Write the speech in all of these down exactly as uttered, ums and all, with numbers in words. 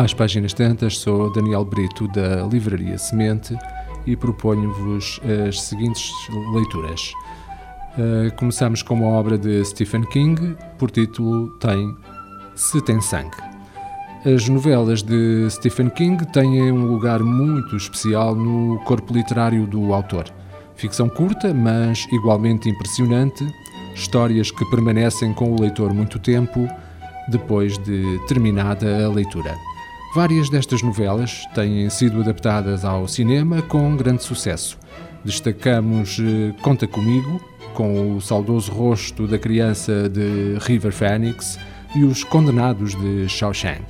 Às páginas tantas, sou Daniel Brito da Livraria Semente e proponho-vos as seguintes leituras. Uh, começamos com uma obra de Stephen King, por título tem Se Tem Sangue. As novelas de Stephen King têm um lugar muito especial no corpo literário do autor. Ficção curta, mas igualmente impressionante, histórias que permanecem com o leitor muito tempo depois de terminada a leitura. Várias destas novelas têm sido adaptadas ao cinema com grande sucesso. Destacamos Conta Comigo, com o saudoso rosto da criança de River Phoenix, e Os Condenados de Shawshank.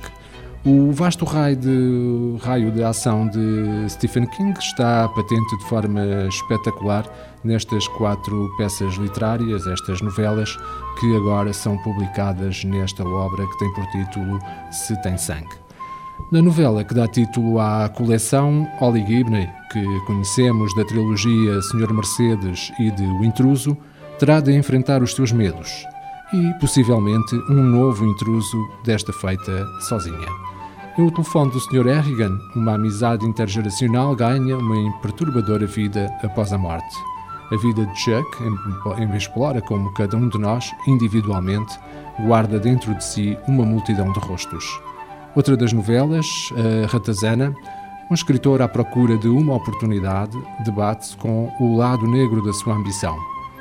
O vasto raio de, raio de ação de Stephen King está patente de forma espetacular nestas quatro peças literárias, estas novelas, que agora são publicadas nesta obra que tem por título Se Tem Sangue. Na novela que dá título à coleção, Holly Gibney, que conhecemos da trilogia Senhor Mercedes e de O Intruso, terá de enfrentar os seus medos e, possivelmente, um novo intruso, desta feita sozinha. Em O Telefone do senhor Harrigan, uma amizade intergeracional ganha uma imperturbadora vida após a morte. A vida de Chuck explora como cada um de nós, individualmente, guarda dentro de si uma multidão de rostos. Outra das novelas, a Ratazana, um escritor à procura de uma oportunidade, debate-se com o lado negro da sua ambição.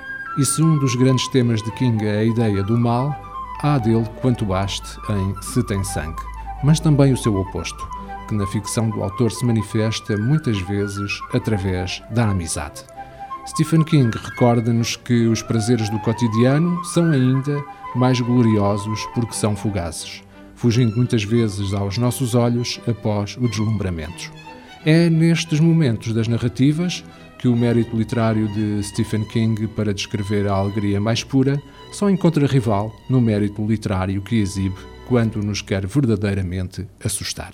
E se um dos grandes temas de King é a ideia do mal, há dele quanto baste em Se Tem Sangue, mas também o seu oposto, que na ficção do autor se manifesta muitas vezes através da amizade. Stephen King recorda-nos que os prazeres do cotidiano são ainda mais gloriosos porque são fugazes, fugindo muitas vezes aos nossos olhos após o deslumbramento. É nestes momentos das narrativas que o mérito literário de Stephen King para descrever a alegria mais pura só encontra rival no mérito literário que exibe quando nos quer verdadeiramente assustar.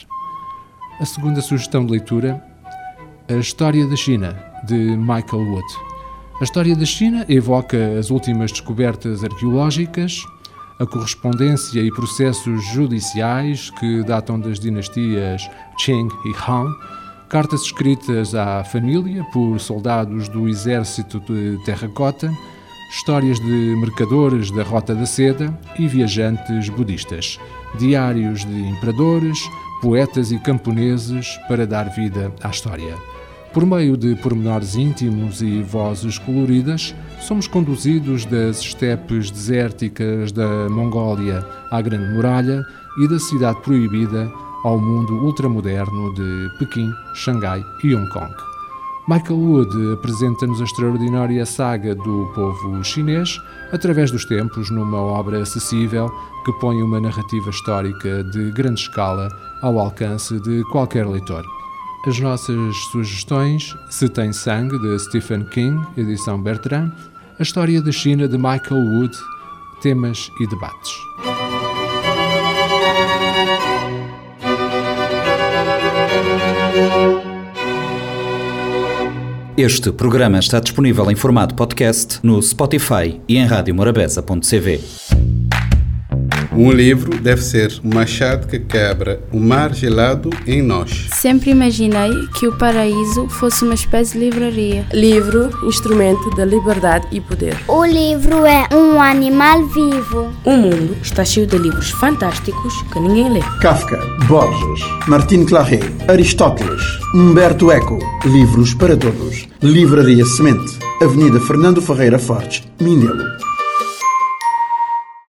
A segunda sugestão de leitura, A História da China, de Michael Wood. A História da China evoca as últimas descobertas arqueológicas, a correspondência e processos judiciais que datam das dinastias Qing e Han, cartas escritas à família por soldados do exército de terracota, histórias de mercadores da Rota da Seda e viajantes budistas, diários de imperadores, poetas e camponeses para dar vida à história. Por meio de pormenores íntimos e vozes coloridas, somos conduzidos das estepes desérticas da Mongólia à Grande Muralha e da Cidade Proibida ao mundo ultramoderno de Pequim, Xangai e Hong Kong. Michael Wood apresenta-nos a extraordinária saga do povo chinês através dos tempos numa obra acessível que põe uma narrativa histórica de grande escala ao alcance de qualquer leitor. As nossas sugestões: Se Tem Sangue, de Stephen King, edição Bertrand, A História da China, de Michael Wood, temas e debates. Este programa está disponível em formato podcast no Spotify e em rádio morabeza ponto c v. Um livro deve ser um machado que quebra o mar gelado em nós. Sempre imaginei que o paraíso fosse uma espécie de livraria. Livro, instrumento da liberdade e poder. O livro é um animal vivo. O mundo está cheio de livros fantásticos que ninguém lê. Kafka, Borges, Martin Claret, Aristóteles, Humberto Eco. Livros para todos. Livraria Semente, Avenida Fernando Ferreira Fortes, Mindelo.